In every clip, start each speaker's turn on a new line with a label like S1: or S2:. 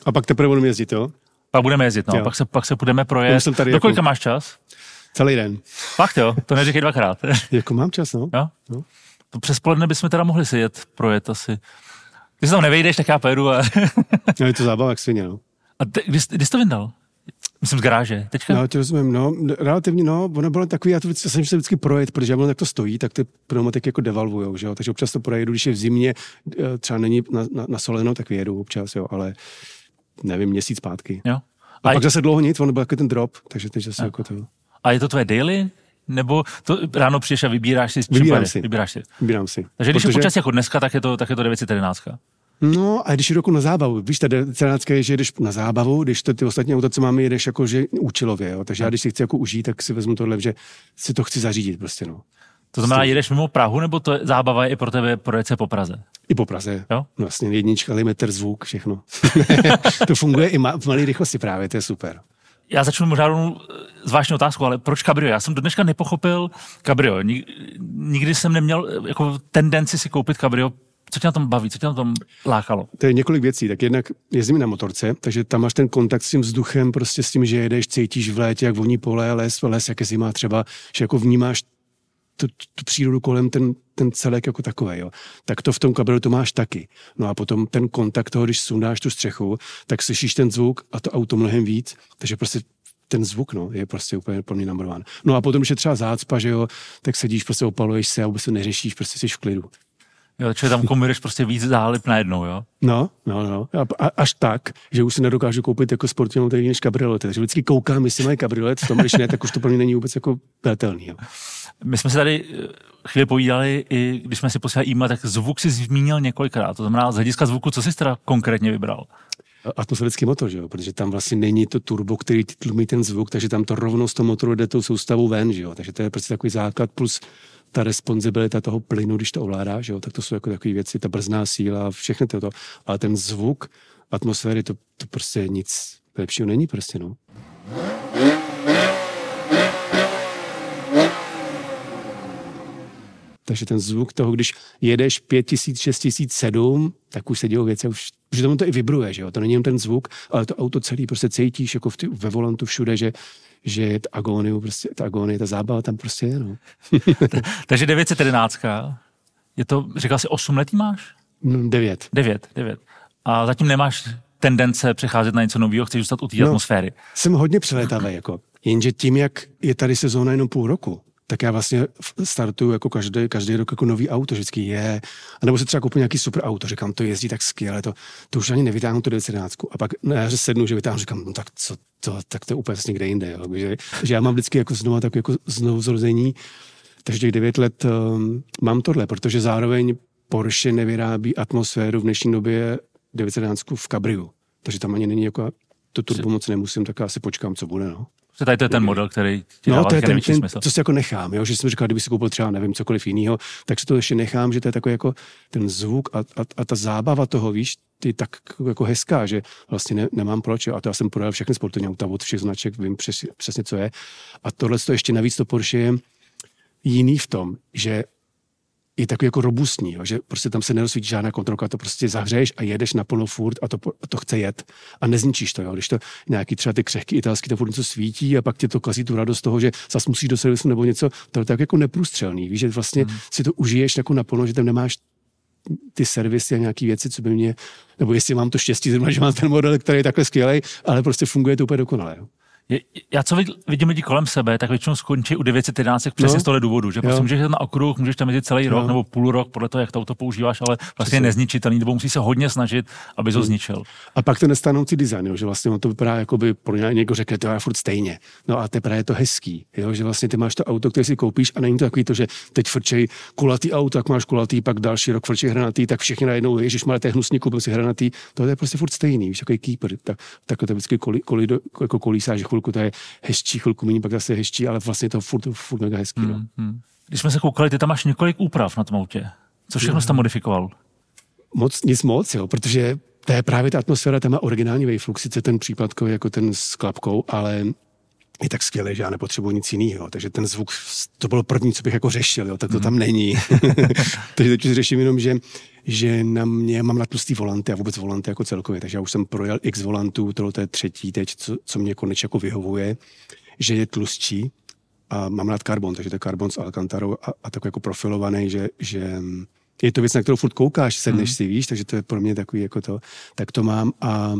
S1: A pak teprve budeme jezdit, jo?
S2: Pak budeme jezdit, no. Pak se budeme projet. Do kolika máš čas?
S1: Celý den.
S2: Fakt jo, to neříkej dvakrát.
S1: Jako mám čas, no.
S2: Jo? No. To přes poledne bychom teda mohli si projet asi. Když se tam nevejdeš, tak já pojedu.
S1: No je to zábava jak svině, no.
S2: A kdy jsi to vyndal? Myslím z garáže, teďka?
S1: No, to rozumím, no, relativně, no, ono bylo takový, já to jsem se vždycky projet, protože ono tak to stojí, tak ty pneumatiky jako devalvujou, že jo, takže občas to projedu, když je v zimě, třeba není na soleno, tak vyjedu občas, jo, ale nevím, měsíc zpátky.
S2: Jo.
S1: A pak zase dlouho nic, ono byl takový ten drop, takže teď zase jako to.
S2: A je to tvoje daily? Nebo to ráno přijdeš a vybíráš si?
S1: Vybírám si.
S2: Takže když je počasí jako dneska, tak je to 911.
S1: No a když jdu jako na zábavu, víš, ta 911 je, že jdeš na zábavu, když to ty ostatní auta, co máme, jedeš jako, že účelově, jo. Takže já když si chci jako užít, tak si vezmu tohle, že si to chci zařídit prostě, no.
S2: To znamená, jedeš mimo Prahu, nebo to zábava je i pro tebe projet se po Praze?
S1: I po Praze.
S2: Jo?
S1: Vlastně jednička, limiter, zvuk, všechno. To funguje i v malé rychlosti právě, to je super.
S2: Já začnu možná rovnou zvláštní otázku, ale proč kabrio? Já jsem do dneška nepochopil kabrio. Nikdy jsem neměl jako tendenci si koupit kabrio. Co tě na tom baví? Co tě na tom lákalo?
S1: To je několik věcí. Tak jednak jezdím na motorce, takže tam máš ten kontakt s tím vzduchem, prostě s tím, že jedeš, cítíš v létě, jak voní pole, les, jak je zima třeba, že jako vnímáš tu přírodu kolem, ten celek jako takovej, jo. Tak to v tom kabriolu to máš taky. No a potom ten kontakt toho, když sundáš tu střechu, tak slyšíš ten zvuk a to auto mnohem víc, takže prostě ten zvuk, no, je prostě úplně pro mě number one. No a potom, když je třeba zácpa, že jo, tak sedíš, prostě opaluješ se a vůbec se neřešíš, prostě jsi v klidu.
S2: Jo, čili tam kombinuješ prostě víc zálib najednou, jo?
S1: No. Až tak, že už si nedokážu koupit jako sportovní auto než kabriolet. Takže vždycky koukám, jestli mají kabriolet, v tom, když ne, tak už to pro mě není vůbec jako přijatelný. Jo.
S2: My jsme se tady chvíli povídali, i když jsme si posílali e-mail, tak zvuk si zmínil několikrát. To znamená, z hlediska zvuku, co jsi teda konkrétně vybral?
S1: Atmosférický motor, že jo? Protože tam vlastně není to turbo, který tlumí ten zvuk, takže tam to rovnou z toho motoru jde tou soustavou ven, že jo? Takže to je prostě takový základ plus ta responsibilita toho plynu, když to ovládáš, jo? Tak to jsou jako takové věci, ta brzná síla, všechno to. Ale ten zvuk atmosféry, to prostě nic lepšího není prostě, no. Takže ten zvuk toho, když jedeš 5000, 6000, 7000, tak už se dějou věci, protože tomu to i vibruje, že jo? To není jen ten zvuk, ale to auto celý prostě cítíš jako ve volantu všude, že je ta agonie, ta zábava tam prostě je, no.
S2: Takže 911, je to, říkal jsi 8 let máš?
S1: 9.
S2: 9. A zatím nemáš tendence přecházet na něco nového, chceš zůstat u té atmosféry?
S1: Jsem hodně přelétavý, jako. Jenže tím, jak je tady sezóna jenom půl roku, tak já vlastně startuju jako každý rok jako nový auto, vždycky je. A nebo se třeba koupím nějaký super auto, říkám, to jezdí tak skvěle, to už ani nevytáhnu tu 911. A pak na jaře sednu, že vytáhnu, říkám, no tak co to, tak to je úplně někde jinde. Jo. Že já mám vždycky jako znovu tak jako znovuzrození, takže těch 9 let mám tohle, protože zároveň Porsche nevyrábí atmosféru v dnešní době 911 v kabriu. Takže tam ani není jako to turbo moc nemusím, tak asi počkám, co bude, no.
S2: Tady to je ten model, který ti dává největší smysl.
S1: To si jako nechám, jo? Že jsem říkal, kdyby si koupil třeba, nevím, cokoliv jiného, tak si to ještě nechám, že to je takový jako ten zvuk a ta zábava toho, víš, ty tak jako hezká, že vlastně nemám proč, jo? A to já jsem prodal všechny sportovní auta od všech značek, vím přesně, co je. A tohle to ještě navíc to Porsche je jiný v tom, že je takový jako robustní, jo, že prostě tam se nerozsvítí žádná kontrolka, to prostě zahřeješ a jedeš naplno furt a to chce jet a nezničíš to, jo, když to nějaký třeba ty křehký italský to furt něco svítí a pak tě to kazí tu radost toho, že zas musíš do servisu nebo něco, to je tak jako neprůstřelný, víš, že vlastně si to užiješ jako naplno, že tam nemáš ty servisy a nějaký věci, co by mě, nebo jestli mám to štěstí, že mám ten model, který je takhle skvělej, ale prostě funguje to úplně dokonale, jo.
S2: Já co vidím lidi kolem sebe, tak většinou skončí u 911 přesně z toho důvodu, že prostě můžeš jít na okruh, můžeš tam jezdit celý rok nebo půl rok, podle toho, jak to auto používáš, ale vlastně je nezničitelný, nebo musíš se hodně snažit, aby to zničil.
S1: A pak ten nestanoucí design, jo, že vlastně on to vypadá, jako by pro někdo řekne, to je furt stejně. No a teprve je to hezký, jo, že vlastně ty máš to auto, které si koupíš a není to takový to, že teď frčej kulatý auto, tak máš kulatý, pak další rok frčej hranatý, tak všichni najednou, ježišmarja, to je hnusný, koupil si hranatý, to je prostě furt stejný, víš, takový keeper, tak to vždycky jako kolísá, že chvilku to je hezčí, chvilku méně, pak zase hezčí, ale vlastně to furt mega hezký. No.
S2: Když jsme se koukali, ty tam máš několik úprav na tom autě. Co všechno jsi tam modifikoval?
S1: Nic moc, jo, protože to je právě ta atmosféra, tam má originální Waveflux, sice ten případkový jako ten s klapkou, ale je tak skvělý, že já nepotřebuji nic jiného. Takže ten zvuk, to bylo první, co bych jako řešil, jo, tak to tam není. Takže teď už řeším jenom, že na mě mám na tlustý volanty a vůbec volanty jako celkově. Takže já už jsem projel x volantů, tohle je třetí teď, co mě konečně jako vyhovuje, že je tlustší a mám rád karbon, takže to je karbon s Alcantarou a tak jako profilovaný, že je to věc, na kterou furt koukáš, sedneš si, víš, takže to je pro mě takový jako to, tak to mám a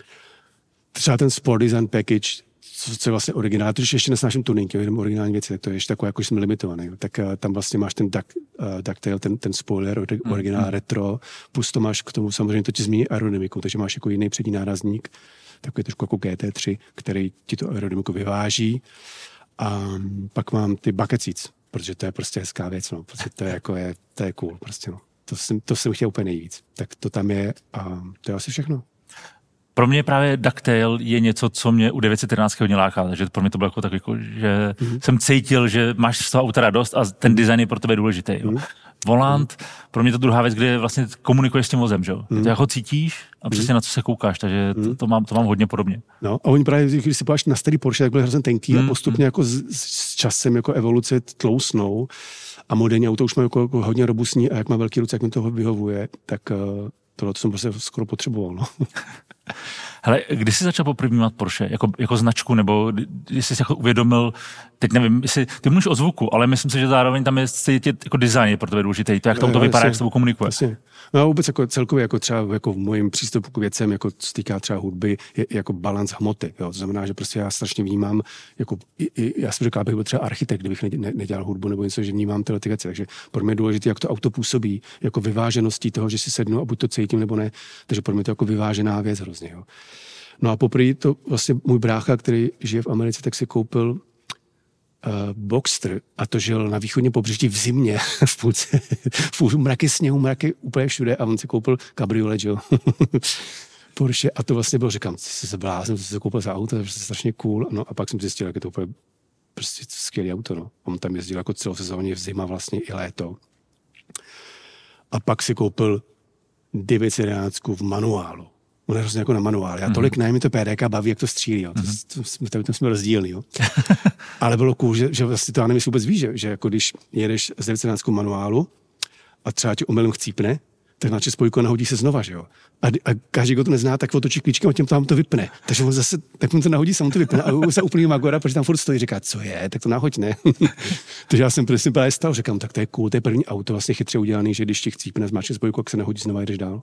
S1: třeba ten Sport Design Package, co je vlastně originál, protože ještě nesnáším tuning, jenom originální věci, tak to je ještě takové, jako jsem limitovaný. Tak tam vlastně máš ten ducktail, ten spoiler, originál retro, plus to máš k tomu samozřejmě to ti změní aerodynamiku, takže máš jako jiný přední nárazník, takový trošku jako GT3, který ti to aerodynamiku vyváží. A pak mám ty bucket seats, protože to je prostě hezká věc, no, protože to je cool, prostě, no. To jsem chtěl úplně nejvíc. Tak to tam je a to je asi všechno.
S2: Pro mě právě ducktail je něco, co mě u 911 hodně láká, takže pro mě to bylo jako tak, jako, že jsem cítil, že máš z toho auta radost a ten design je pro tebe důležitý. Jo. Volant, pro mě to druhá věc, kde vlastně komunikuješ s tím vozem, že jo. Ty jako cítíš a přesně na co se koukáš, takže to mám hodně podobně. No
S1: a oni právě, když si podíváš na starý Porsche, tak byly hrozně tenký a postupně jako s časem jako evoluce tlousnou a moderní auto už má jako hodně robustní a jak má velký ruce, jak mi toho vyhovuje, tak tohle jsem prostě skoro potřeboval, no.
S2: Hele, kdy jsi začal poprvé vnímat Porsche jako značku, nebo jestli jsi jako uvědomil, teď nevím, jestli ty mluvíš o zvuku, ale myslím si, že zároveň tam je cítit jako design je pro tebe důležitý, to jak to vypadá, jak s tebou komunikuje.
S1: Jasně. No a vůbec jako celkově jako třeba jako v mojím přístupu k věcem, jako co týká třeba hudby, je jako balans hmoty. Jo? To znamená, že prostě já strašně vnímám, jako já jsem říkal, abych byl třeba architekt, kdybych nedělal hudbu nebo něco, že vnímám tyhle ty věci. Takže pro mě je důležité, jak to auto působí, jako vyvážeností toho, že si sednu a buď to cítím nebo ne. Takže pro mě to jako vyvážená věc hrozně. Jo? No a poprvé to vlastně můj brácha, který žije v Americe, tak si koupil Boxster a to žil na východním pobřeží v zimě, v půlce, mraky sněhu, mraky úplně všude a on si koupil kabriolet, jo. Porsche a to vlastně bylo, říkám, jsi se blázen, jsi se koupil za auto, to je prostě úplně cool, no a pak jsem zjistil, jak je to úplně prostě skvělý auto, no. On tam jezdil jako celosezónně v zima vlastně i léto. A pak si koupil 911 v manuálu. On je hrozně jako na manuál. Já tolik ne, mi to PDK baví, jak to střílí. Jo. To jsme rozdílní. Jo. Ale bylo cool, že vlastně to já nevím, jestli vůbec víš, že jako když jedeš z 911 manuálu a třeba ti omylem chcípne, tak na spojku nahodí se znova, že jo. A každý, kdo to nezná, tak otočí klíčkem a tím tam to vypne. Takže on zase, tak mu to nahodí, sam to vypne a už se úplně magora, protože tam furt stojí, říká, co je, tak to nahoď, ne. Takže já jsem prostě právě stal, říkám, tak to je cool, to je první auto vlastně chytře udělaný, že když ti chcípne, zmáčkne spojku, jak se nahodí znova, jdeš dál.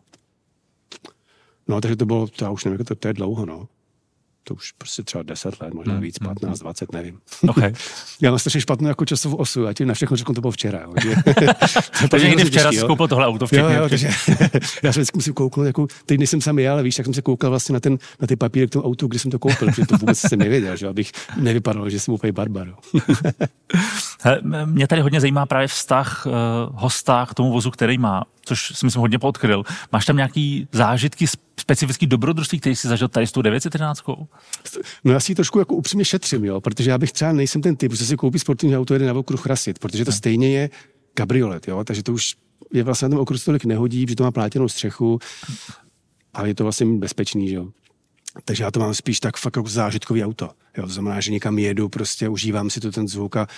S1: No, takže to bylo, to já už nevím, to je dlouho, no. To už prostě třeba 10 let, možná víc, 15, 20, nevím.
S2: Okay.
S1: Já mám strašně špatnou jako časovou osu, já ti na všechno řeknu, to bylo včera. Jo.
S2: Takže někdy včera jsi koupil tohle auto včetně.
S1: Jo, takže já jsem vždycky musím kouknout, jako, teď nejsem sám já, ale víš, tak jsem se koukal vlastně na ty papíry k tomu autu, kdy jsem to koupil, protože to vůbec jsem nevěděl, že abych nevypadal, že jsem úplně barbar.
S2: Mě tady hodně zajímá právě vztah hosta k tomu vozu, který má, což si myslím hodně poodkryl. Máš tam nějaký zážitky, specifický dobrodružství, který jsi zažil tady s tou 913?
S1: No já si ji trošku jako upřímně šetřím, jo, protože já bych třeba nejsem ten typ, že si koupí sportovní auto, jede na okruh rasit, protože to stejně je kabriolet, jo, takže to už je vlastně na tom okruhu tolik nehodí, protože to má plátěnou střechu, ale je to vlastně bezpečný, že jo. Takže já to mám spíš tak fakt jako zážitkový auto, jo, to znamená, že někam jedu, prostě užívám si to ten zvuk a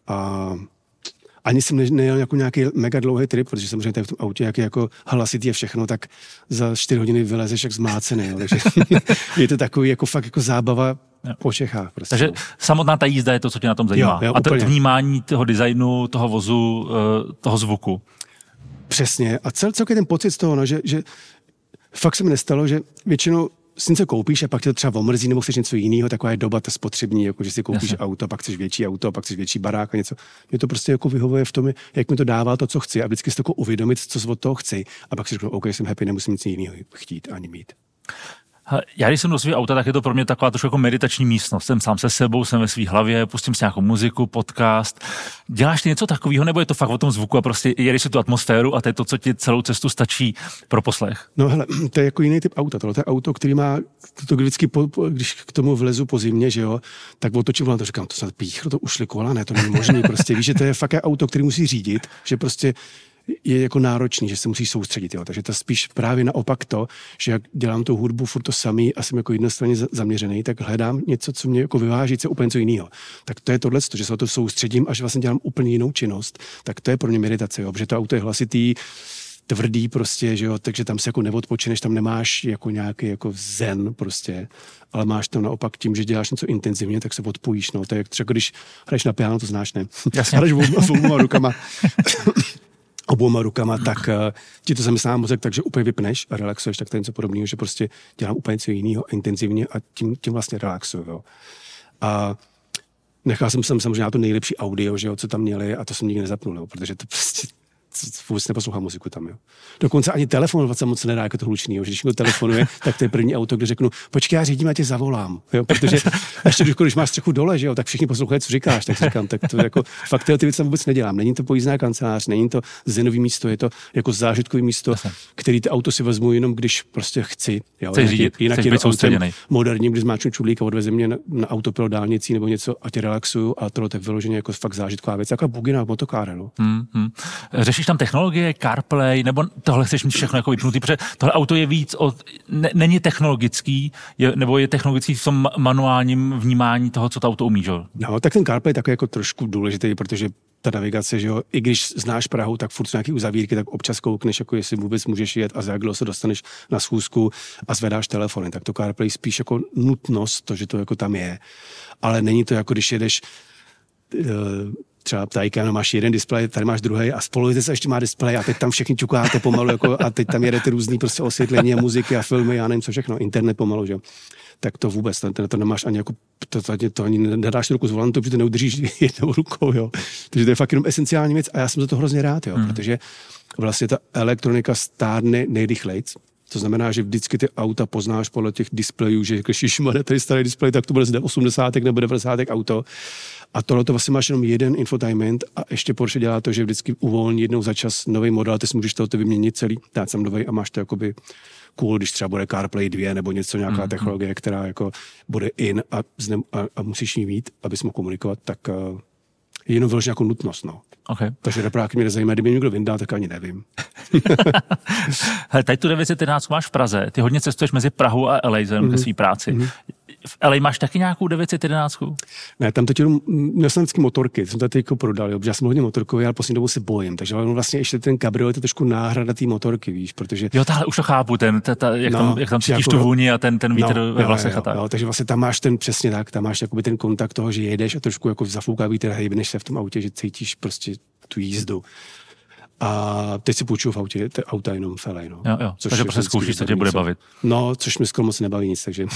S1: ani jsem nejel jako nějaký mega dlouhý trip, protože samozřejmě tady v tom autě, jak je jako hlasitý je všechno, tak za 4 hodiny vylezeš jak zmlácený. Jo. Takže je to takový jako fakt jako zábava po Čechách. Prostě,
S2: takže samotná ta jízda je to, co tě na tom zajímá.
S1: Jo,
S2: a to vnímání toho designu, toho vozu, toho zvuku.
S1: Přesně. A celkově ten pocit z toho, no, že fakt se mi nestalo, že většinou si něco koupíš a pak tě to třeba omrzí, nebo chceš něco jiného, taková je doba ta spotřební, jako že si koupíš auto, pak chceš větší auto, pak chceš větší barák a něco. Mě to prostě jako vyhovuje v tom, jak mi to dává to, co chci a vždycky si to uvědomit, co od toho chci a pak si řeknu, OK, jsem happy, nemusím nic jiného chtít ani mít.
S2: Já když jsem do svého auta, tak je to pro mě taková trošku jako meditační místnost. Jsem sám se sebou, jsem ve své hlavě, pustím si nějakou muziku, podcast. Děláš ty něco takového, nebo je to fakt o tom zvuku a prostě jedeš si tu atmosféru a to je to, co ti celou cestu stačí pro poslech?
S1: No hele, to je jako jiný typ auta. Tohle je auto, který má, to vždycky, když k tomu vlezu po zimě, že jo, tak otočím volant, to říkám, to snad píchlo, to ušli kola, ne, to není možný. Prostě víš, že to je fakt auto, který musí řídit, že prostě je jako náročný, že se musí soustředit. Jo. Takže to spíš právě naopak to, že jak dělám tu hudbu furt to samý a jsem jako jednostranně zaměřený, tak hledám něco, co mě jako vyváží, co úplně co jiného. Tak to je tohle, že se o to soustředím, až vlastně dělám úplně jinou činnost, tak to je pro mě meditace, jo. Protože to auto je hlasitý, tvrdý prostě, že jo, takže tam se jako neodpočineš, tam nemáš jako nějaký jako zen prostě, ale máš tam naopak tím, že děláš něco intenzivně, tak se odpojíš, no. To je jak třeba, když hraješ na piano, to znáš, ne?
S2: Jasně.
S1: Hraješ oboma rukama, tak ti to zaměstná mozek, takže úplně vypneš a relaxuješ, tak to je něco podobného, že prostě dělám úplně něco jiného intenzivně a tím vlastně relaxuju, jo. A nechal jsem samozřejmě na to nejlepší audio, že jo, co tam měli a to jsem nikdy nezapnul, jo, protože to prostě vůbec neposlouchám muziku tam, jo. Dokonce ani telefonovat se moc nedá jako to hlučný, jo. Že když někdo telefonuje, tak to je první auto, kde řeknu, počkej, já řídím a tě zavolám, jo, protože ještě když máš střechu dole, že jo, tak všichni poslouchají, co říkáš, tak říkám, tak to jako fakt ty věci vůbec nedělám. Není to pojízdná kancelář, není to zenový místo, je to jako zážitkový místo, který ty auto si vezmu jenom když prostě chci, jo. Jinak je to moderním, když máčnu čudlík a odveze mě na autopilot dálnicí nebo něco a tě relaxuju a to je vyloženě jako fakt zážitková věc, jako bugina motokára, no.
S2: Řešíš tam technologie, CarPlay, nebo tohle chceš mít všechno jako vypnutý, protože tohle auto je víc není technologický, nebo je technologický v tom manuálním vnímání toho, co to auto umí, že?
S1: No, tak ten CarPlay je takový jako trošku důležitý, protože ta navigace, že jo, i když znáš Prahu, tak furt jsou nějaký uzavírky, tak občas koukneš, jako jestli vůbec můžeš jet a za jak dlouho se dostaneš na schůzku a zvedáš telefony, tak to CarPlay spíš jako nutnost, to, že to jako tam je, ale není to jako když jedeš třeba Taycan, máš jeden displej, tady máš druhý a spolu se ještě má displej a teď tam všichni čukáte pomalu jako, a teď tam jedete různý prostě osvětlení a muziky a filmy, já nevím co všechno, internet pomalu, že? Tak to vůbec, to nemáš ani jako, to ani nedáš ruku z volantu, protože to neudržíš jednou rukou, jo. Takže to je fakt jenom esenciální věc a já jsem za to hrozně rád, jo, protože vlastně ta elektronika stárne nejrychlejc. To znamená, že vždycky ty auta poznáš podle těch displejů, že když má tady starý displej, tak to bude z 80 nebo 90 auto. A tohle to vlastně máš jenom jeden infotainment a ještě Porsche dělá to, že vždycky uvolní jednou za čas nový model a ty si můžeš to vyměnit celý, dát sem nový a máš to jakoby cool, když třeba bude CarPlay 2 nebo něco, nějaká technologie, která jako bude in a musíš jí mít, abys mohl komunikovat, tak je jenom vyloženě jako nutnost, no.
S2: Okay.
S1: Takže repráky mě nezajímá, kdyby někdo vyndá, tak ani nevím.
S2: Hele, tady tu 911 máš v Praze, ty hodně cestuješ mezi Prahou a LA vzhledem ke své práci. V LA máš taky nějakou 911?
S1: Ne, tam teď jenom měl jsem vždycky motorky, jsem to teď prodal, jo, protože já jsem hodně motorkový, ale poslední dobou se bojím, takže vlastně ještě ten kabriolet je trošku náhrada té motorky, víš, protože...
S2: Jo, tahle už to chápu, jak tam cítíš tu vůni a ten vítr ve vlasech a tak.
S1: Jo, takže vlastně tam máš ten přesně tak, tam máš jakoby ten kontakt toho, že jedeš a trošku jako zafouká vítr, hejbneš se v tom autě, že cítíš prostě tu jízdu. A teď si půjčuju v autě, auta jenom v LA, no.
S2: Jo. Takže prostě zkoušíš, co tě bude bavit.
S1: No, což mi skoro moc nebaví nic, takže...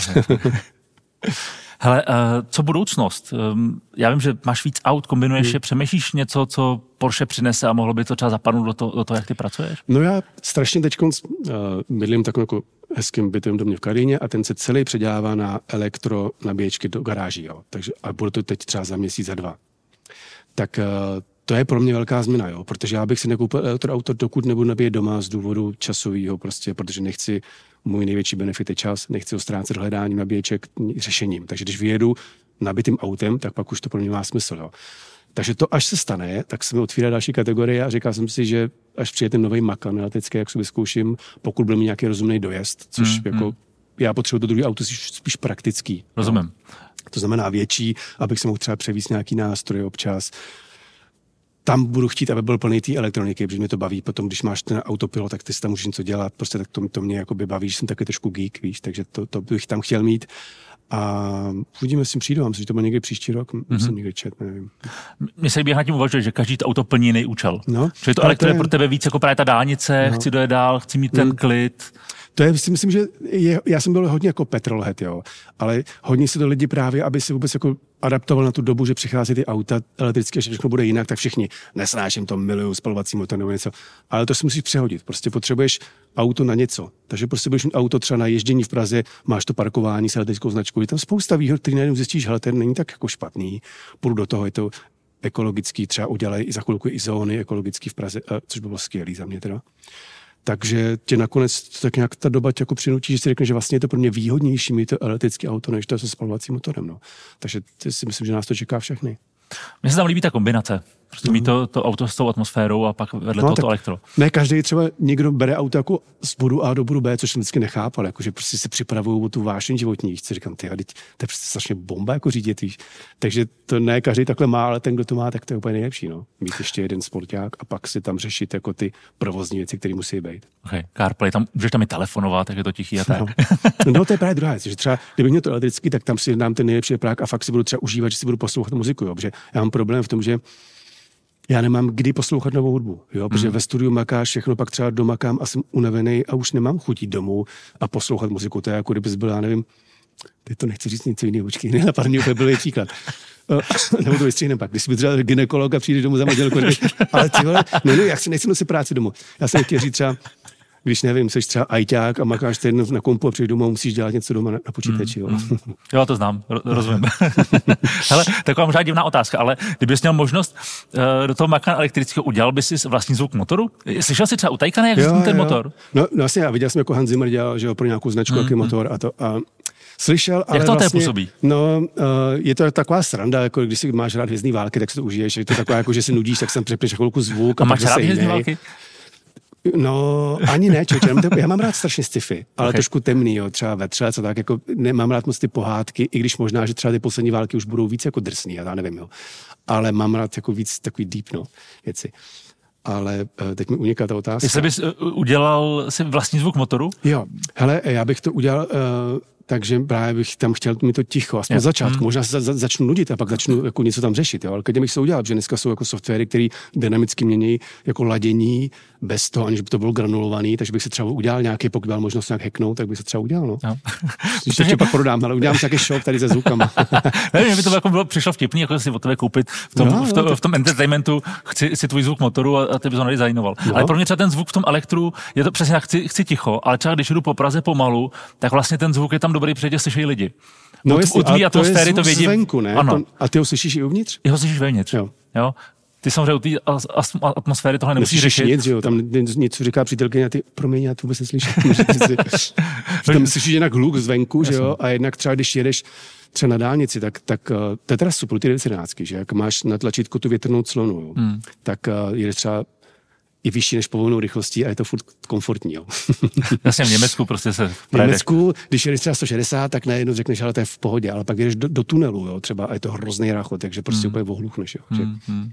S2: Hele, co budoucnost? Já vím, že máš víc aut, kombinuješ je, přemýšlíš něco, co Porsche přinese a mohlo by to třeba zapadnout do toho, jak ty pracuješ?
S1: No já strašně teď bydlím takovým jako hezkým bytovým domě v Karlíně a ten se celý předělává na elektronabíječky do garáží, jo. Takže a bude to teď třeba za měsíc, za 2. Tak to je pro mě velká změna, jo, protože já bych si nekoupil elektroauto, dokud nebudu nabíjet doma z důvodu časového, prostě, protože nechci, můj největší benefit je čas, nechci ho ztrácet hledáním nabíječek řešením. Takže když vyjedu nabitým autem, tak pak už to pro mě má smysl, jo. Takže to, až se stane, tak se mi otvírá další kategorie a říkal jsem si, že až přijde ten nový Macan elektrický, jak si vyzkouším, pokud bude mít nějaký rozumný dojezd, což jako já potřebuji to druhé auto spíš praktický.
S2: Rozumím.
S1: No. To znamená větší, abych se mohl třeba převízt nějaký nástroj občas. Tam budu chtít, aby byl plný té elektroniky, protože mě to baví. Potom, když máš ten autopilot, tak ty si tam můžeš něco dělat. Prostě tak to mě jakoby baví, že jsem taky trošku geek, víš, takže to bych tam chtěl mít. A uvidíme, jestli přijdu, myslím, že to bude někdy příští rok, jsem někdy čet, nevím.
S2: Mně se líbí na tím uvažuje, že každý to auto plní jiný účel.
S1: No,
S2: že to elektro je pro tebe víc jako právě ta dálnice, chci dojet dál, chci mít ten klid.
S1: To je, myslím, že já jsem byl hodně jako petrolhead, jo, ale hodně se to lidi právě, aby se vůbec jako adaptoval na tu dobu, že přichází ty auta elektrické, že všechno bude jinak, tak všichni nesnáším to, miluju spalovací motor nebo něco. Ale to si musíš přehodit. Prostě potřebuješ auto na něco. Takže prostě budeš mít auto třeba na ježdění v Praze, máš to parkování s elektrickou značkou. Je tam spousta výhod, který najednou zjistíš, hele, ten není tak jako špatný. Půjdu do toho, je to ekologický, třeba udělají i za chvilku i zóny ekologický v Praze, což by bylo skvělý za mě teda. Takže tě nakonec tak nějak ta doba tě jako přinutí, že si řekne, že vlastně je to pro mě výhodnější mít to elektrické auto, než to se spalovacím motorem. No. Takže si myslím, že nás to čeká všechny.
S2: Mně se tam líbí ta kombinace. Prostě mít to auto s tou atmosférou a pak vedle toho to elektro.
S1: Ne, každý třeba někdo bere auto jako z bodu A do bodu B, což jsem vždycky nechápal, jako, že prostě se připravují o tu vášeň životní. Si říkám, to je prostě strašně bomba jako řídit, víš. Takže to ne každý takhle má, ale ten, kdo to má, tak to je úplně nejlepší. No. Mít ještě jeden sporták a pak si tam řešit jako ty provozní věci, které musí být.
S2: Okay. CarPlay, tam můžeš tam i telefonovat, tak je to tichý a tak.
S1: No to je právě druhá věc, že třeba kdybych měl to elektrický, tak tam si dám ten nejlepší teplák a fakt si budu třeba užívat, že si budu poslouchat muziku, jo, protože já mám problém v tom, že já nemám kdy poslouchat novou hudbu, jo, protože ve studiu makáš všechno, pak třeba domakám a jsem unavený a už nemám chutí domů a poslouchat muziku. To je jako kdybys byl, já nevím, teď to nechci říct něco jiného, počkej, nenapadne úplně byl příklad. Nebo to vystřihnem pak, když jsi třeba gynekolog a přijdeš domů za manželku, ale ty vole, já nechci nosit práci domů. Já jsem chtěl říct třeba, když nevím, jsi třeba ajťák a makáš týden na kompu a přijdeš domů a musíš dělat něco doma na počítači.
S2: Jo, to znám, rozumím. Hele, taková možná divná otázka, ale kdybys měl možnost do toho makana elektrického, udělal bys si vlastní zvuk motoru? Slyšel jsi třeba u Taycana, jak zní ten motor?
S1: No vlastně já viděl jsem, jako Hans Zimmer dělal, že jo, pro nějakou značku, jaký motor a slyšel, ale
S2: jak to
S1: vlastně,
S2: působí?
S1: No, je to taková sranda, jako když si máš rád Hvězdný války, tak si to užiješ, je to taková, jako že se nudíš, tak sem přepneš chvilku zvuk.
S2: A máš rád Hvězdný války?
S1: No, ani ne, já mám rád strašně sci-fi, ale trošku temný, jo, třeba Vetřelec a tak, jako nemám rád moc ty pohádky, i když možná, že třeba ty poslední války už budou víc jako drsný, já nevím, jo, ale mám rád jako víc takový deep, no, věci. Ale teď mi uniká ta otázka.
S2: Jestli bys udělal si vlastní zvuk motoru?
S1: Jo, hele, já bych to udělal... Takže právě bych tam chtěl mít to ticho, aspoň na začátku. Možná se začnu nudit a pak začnu jako něco tam řešit. Jo? Ale když bych to udělal, protože dneska jsou jako softwary, které dynamicky mění jako ladění bez toho, aniž by to bylo granulovaný, takže bych se třeba udělal nějaký, pokud byl možnost nějak hacknout, tak bych se třeba udělal. No. Když to pak prodám, ale udělám si nějaký shop tady se zvukama.
S2: Nevím, by to jako bylo přišlo vtipný, jako si od tebe koupit v tom entertainmentu, chci si tvůj zvuk motoru a ty bys ho nadizajnoval. Ale pro mě třeba ten zvuk v tom elektru, je to přesně tak, chci ticho, ale třeba když jdu po Praze pomalu, tak vlastně ten zvuk je tam dobrý, protože slyší lidi.
S1: No
S2: u tvý atmosféry to vědí.
S1: Zvenku, ne?
S2: Ano.
S1: A ty ho slyšíš i uvnitř?
S2: Ty ho slyšíš vevnitř. Jo. Ty samozřejmě u té atmosféry tohle nemusíš řešit.
S1: Nic, že jo? Tam něco říká přítelkyně a ty, promiň, já to vůbec neslyším. Tam slyšíš jinak hluk zvenku, že jo? A jednak třeba, když jedeš třeba na dálnici, tak to je teda super, ty 911, že jak máš na tlačítku tu větrnou clonu, jo? Tak jedeš třeba i vyšší než povolenou rychlostí a je to furt komfortní. Jo.
S2: Jasně, v Německu prostě se
S1: v Německu, když jedeš třeba 160, tak najednou řekneš, ale to je v pohodě, ale pak jedeš do tunelu, jo, třeba a je to hrozný ráchod, takže prostě úplně ohluchneš. Jo.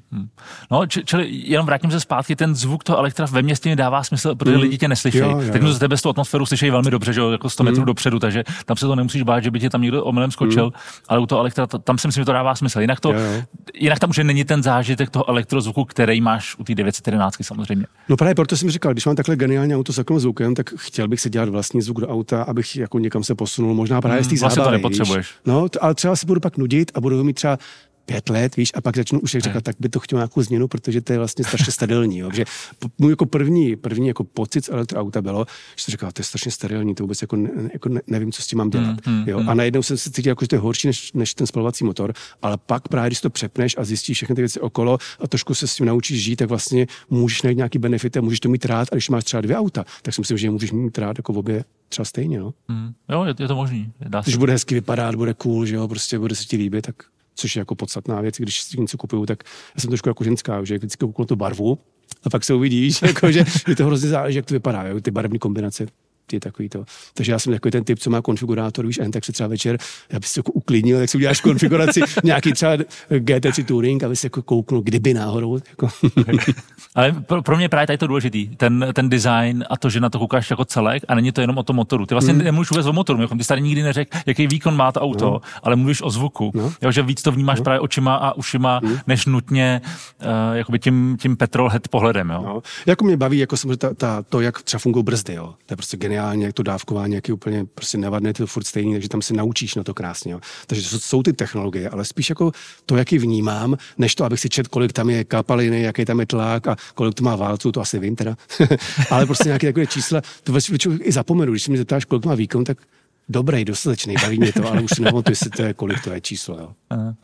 S2: No, čili jenom vrátím se zpátky, ten zvuk toho elektra ve městě mi dává smysl, protože lidi tě neslyší. Tak za tebe z toho atmosféru slyší velmi dobře, že jo, jako 100 metrů dopředu, takže tam se to nemusíš bát, že by tě tam někdo omylem skočil, ale u toho elektra tam si myslím, že to dává smysl. Jinak tam už není ten zážitek toho elektrozvuku, který máš u té 911 samozřejmě.
S1: No právě proto jsem říkal, když mám takhle geniální auto s takovým zvukem, tak chtěl bych si dělat vlastní zvuk do auta, abych jako někam se posunul, možná právě z té zábavy.
S2: To nepotřebuješ.
S1: No, ale třeba si budu pak nudit a budu mít třeba 5 let, víš, a pak začnu už říkat, tak by to chtěl nějakou změnu, protože to je vlastně strašně sterilní, jo. Že můj jako první jako pocit z elektroauta bylo, že jsem říkal, to je strašně sterilní, to vůbec nevím, co s tím mám dělat. Jo. A najednou jsem si cítil, že to je horší než ten spalovací motor, ale pak právě, když to přepneš a zjistíš všechny ty věci okolo a trošku se s tím naučíš žít, tak vlastně můžeš najít nějaký benefity, můžeš to mít rád, a když máš třeba 2 auta, tak si myslím, že je můžeš mít rád jako obě třeba stejně, no.
S2: Jo, je to možný.
S1: Když bude hezky vypadat, bude cool, že jo, prostě bude se ti líbit, tak což je jako podstatná věc, když si něco kupuju, tak já jsem trošku jako ženská, že vždycky kouknu tu barvu a pak se uvidíš, jako, že je to hrozně záleží, jak to vypadá, jo, ty barevné kombinace. Je takový to. Takže já jsem takový ten typ, co má konfigurátor, víš, a jen tak se třeba večer, já bych si jako uklidnil, tak si uděláš konfiguraci nějaký třeba GT3 Touring, aby si jako kouknul, kdyby náhodou. Jako.
S2: Ale pro mě právě tady to důležitý, ten design a to, že na to koukáš jako celek a není to jenom o tom motoru. Ty vlastně nemluvíš vůbec o motoru, ty jsi tady nikdy neřekl, jaký výkon má to auto, ale mluvíš o zvuku. Jo, že víc to vnímáš právě očima a ušima, než nutně jakoby tím petrolhead pohledem. Jo.
S1: No. Jako mě baví, jako samozřejmě to, jak třeba fungují brzdy. Jo. To je prostě geniálně, jak to dávkování, jak je úplně prostě nevadné, to furt stejný, takže tam se naučíš na to krásně. Jo. Takže to jsou ty technologie, ale spíš jako to, jak ji vnímám, než to, abych si četl, kolik tam je kapaliny, jaký tam je tlak a kolik to má válců, to asi vím teda. Ale prostě nějaké takové čísla, to i zapomenu, když se mě zeptáš, kolik má výkon, tak dobrý, dostatečný, baví mě to, ale už si nepamatuji, jestli to je, kolik to je číslo. Jo.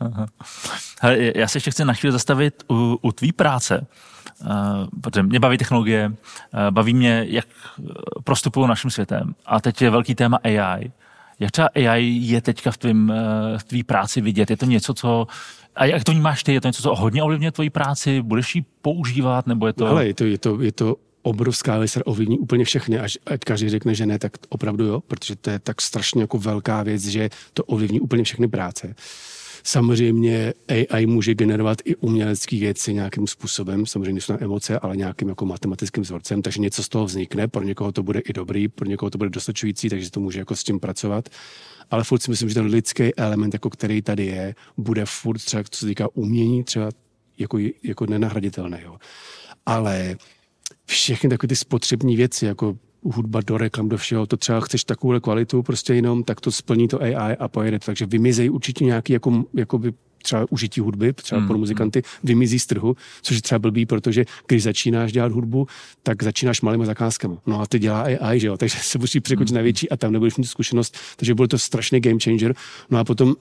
S2: Hele, já se ještě chci na chvíli zastavit u tvý práce, protože mě baví technologie, baví mě, jak prostupují naším světem. A teď je velký téma AI. Jak třeba AI je teďka v tvý práci vidět? Je to něco, co... A jak to vnímáš ty? Je to něco, co hodně ovlivňuje tvoji práci? Budeš ji používat, nebo je to...
S1: Ale je to obrovská věc, ovlivní úplně všechny. Ať každý řekne, že ne, tak opravdu jo, protože to je tak strašně jako velká věc, že to ovlivní úplně všechny práce. Samozřejmě AI může generovat i umělecké věci nějakým způsobem, samozřejmě jsou na emoce, ale nějakým jako matematickým vzorcem, takže něco z toho vznikne, pro někoho to bude i dobrý, pro někoho to bude dostačující, takže to může jako s tím pracovat. Ale furt si myslím, že ten lidský element, jako který tady je, bude furt třeba, co se týká umění, třeba jako nenahraditelný. Jo. Ale všechny takové ty spotřební věci, jako hudba do reklam, do všeho, to třeba chceš takovou kvalitu prostě jenom, tak to splní to AI a pojede. Takže vymizejí určitě nějaký jakoby třeba užití hudby, třeba pro muzikanty, vymizí z trhu, což je třeba blbý, protože když začínáš dělat hudbu, tak začínáš malými zakázkami. No a ty dělá AI, že jo, takže se musí překočit na větší a tam nebudeš mít zkušenost, takže byl to strašný game changer. No a potom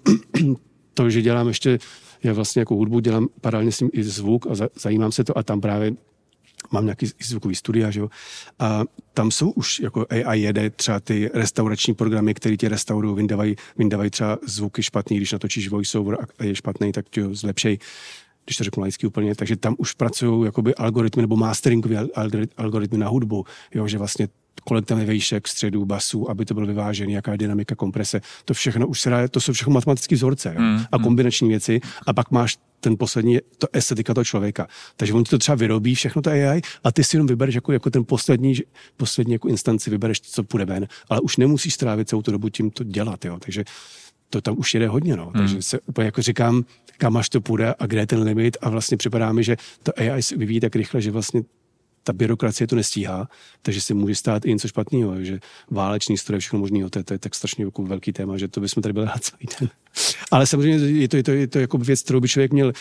S1: to, že dělám ještě, já vlastně jako hudbu dělám paralelně s tím i zvuk a zajímám se to a tam právě mám nějaký zvukový studia, že jo, a tam jsou už, jako AI jede třeba ty restaurační programy, které tě restaurují, vyndávají třeba zvuky špatný, když natočíš voiceover a je špatný, tak tě zlepšej, když to řeknu laicky úplně, takže tam už pracují jakoby algoritmy nebo masteringové algoritmy na hudbu, jo, že vlastně kolik tam je vejšek, středů, basů, aby to bylo vyvážené, jaká je dynamika, komprese, to všechno už se dá, to jsou všechno matematické vzorce, jo, a kombinační věci a pak máš ten poslední, to estetika toho člověka. Takže on ti to třeba vyrobí, všechno to AI, a ty si jenom vybereš jako ten poslední jako instanci, vybereš, co půjde ven, ale už nemusíš strávit celou tu dobu tím to dělat, jo. Takže to tam už jede hodně, no. Takže se úplně jako říkám, kam až to půjde a kde je ten limit a vlastně připadá mi, že to AI se vyvíjí tak rychle, že vlastně ta byrokracie to nestíhá, takže se může stát i něco špatného, že válečný stroje, všechno možného, to je tak strašně jako velký téma, že to bychom tady byli na celý den. Ale samozřejmě je to jako věc, kterou by člověk měl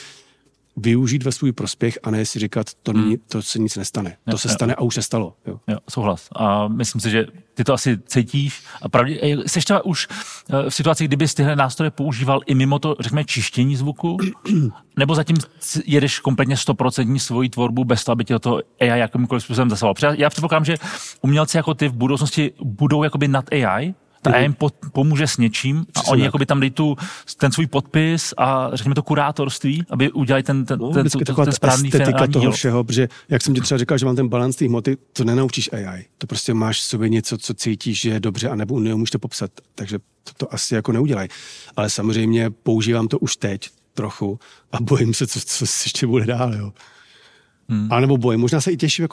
S1: využít ve svůj prospěch a ne si říkat, to se nic nestane. To se stane a už se stalo. Jo,
S2: souhlas. A myslím si, že ty to asi cítíš. A pravdě, jsi třeba už v situaci, kdyby jsi tyhle nástroje používal i mimo to, řekněme, čištění zvuku? Nebo zatím jedeš kompletně 100% svoji tvorbu bez toho, aby tě to AI jakýmkoliv způsobem zasahoval? Já předpokládám, že umělci jako ty v budoucnosti budou jakoby nad AI, ta AI jim pomůže s něčím a oni jakoby tam dají ten svůj podpis a řekněme to kurátorství, aby udělali ten správný
S1: estetika toho všeho, protože jak jsem ti třeba říkal, že mám ten balans té hmoty, to nenaučíš AI. To prostě máš v sobě něco, co cítíš, že je dobře a nebo neumíš to popsat. Takže to asi jako neudělají. Ale samozřejmě používám to už teď trochu a bojím se, co ještě bude dál, jo. A nebo bojím. Možná se i těším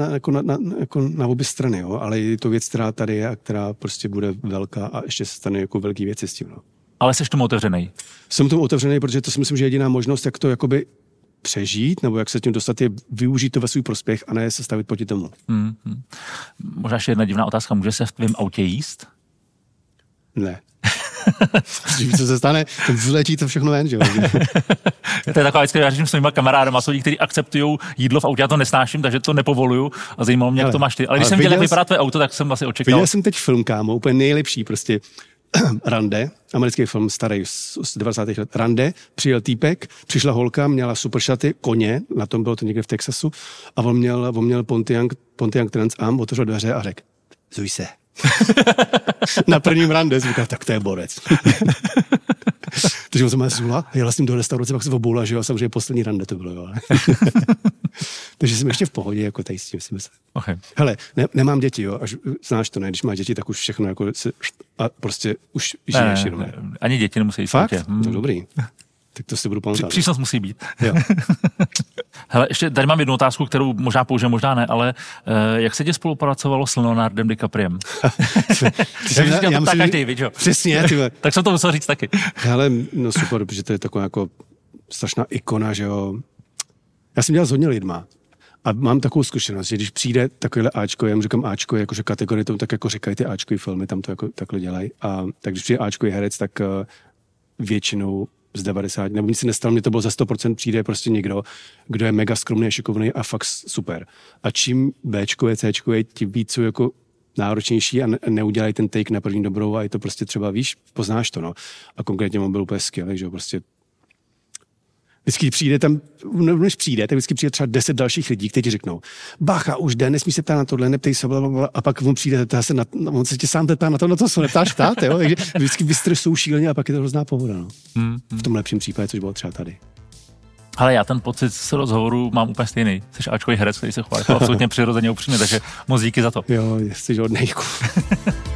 S1: jako na obě strany, jo? Ale je to věc, která tady je a která prostě bude velká a ještě se stane jako velký věci s tím. No.
S2: Ale jsi tomu otevřenej?
S1: Jsem tomu otevřenej, protože to si myslím, že jediná možnost, jak to jakoby přežít, nebo jak se tím dostat, je využít to ve svůj prospěch a ne se stavit proti tomu.
S2: Možná ještě jedna divná otázka. Může se v tvém autě jíst?
S1: Ne. Co se stane, tak vyletí to všechno ven, že jo?
S2: To je taková věc, já řeším s svýma kamarádama, jsou lidi, kteří akceptují jídlo v autě, já to nesnáším, takže to nepovoluju a zajímalo mě, jak to máš ty. Ale když jsem viděl, jak vypadá tvoje auto, tak jsem asi očekal.
S1: Viděl jsem teď film, kámo, úplně nejlepší, prostě Rande, americký film starý z 90. let. Rande, přijel týpek, přišla holka, měla super šaty, koně, na tom bylo to někde v Texasu, a on měl Pontiac Trans Am, otevřel dveře a řekl, zuj se. Na prvním rande jsem říkal, tak to je borec. Takže on se má zula, jela s ním do restaurace, pak se oboula, že jo, samozřejmě poslední rande to bylo, jo. Takže jsem ještě v pohodě, jako tady s tím si myslím.
S2: Okay.
S1: Hele, nemám děti, jo, až znáš to, ne, když máš děti, tak už všechno jako a prostě už žiješ jenom.
S2: Ani děti nemusí jít.
S1: Fakt? To dobrý. Tak to si budu pamatovat.
S2: Přísnost musí být.
S1: Jo.
S2: Hele, ještě tady mám jednu otázku, kterou možná použiju, možná ne, ale jak se tě spolupracovalo s Leonardem DiCapriem? Já myslím, každý, víš, jo?
S1: Přesně.
S2: Tak jsem to musel říct taky.
S1: Hele, no super, protože to je taková jako strašná ikona, že jo. Já jsem dělal s hodně lidma a mám takovou zkušenost, že když přijde takovýhle Ačko, já mu říkám Ačko, jakože kategorie tomu tak jako říkají ty Ačkový filmy, tam to jako takhle dělají. A tak když přijde Ačkový herec, tak většinou z 90, nebo nic se nestalo, mě to bylo za 100%, přijde prostě někdo, kdo je mega skromný a šikovný a fakt super. A čím Bčko je, Cčko je, tím víc jsou jako náročnější a neudělají ten take na první dobrou a je to prostě třeba, víš, poznáš to, no. A konkrétně on byl úplně skvělý, že jo, prostě Vždycky přijde tam, než přijde, tak vždycky přijde třeba 10 dalších lidí, kteří řeknou, bacha, už jde, nesmí se ptát na tohle, neptej se, blablabla, a pak on přijde, on se tě sám ptá na to se neptáš ptát, jo? Takže vždycky vystresují šíleně a pak je to hrozná pohoda. No. V tom lepším případě, což bylo třeba tady.
S2: Ale já ten pocit z rozhovoru mám úplně stejný. Jsi Ačkový herec, který se chová absolutně přirozeně upřímně, takže moc díky za to.
S1: Jo, jsi hodnej.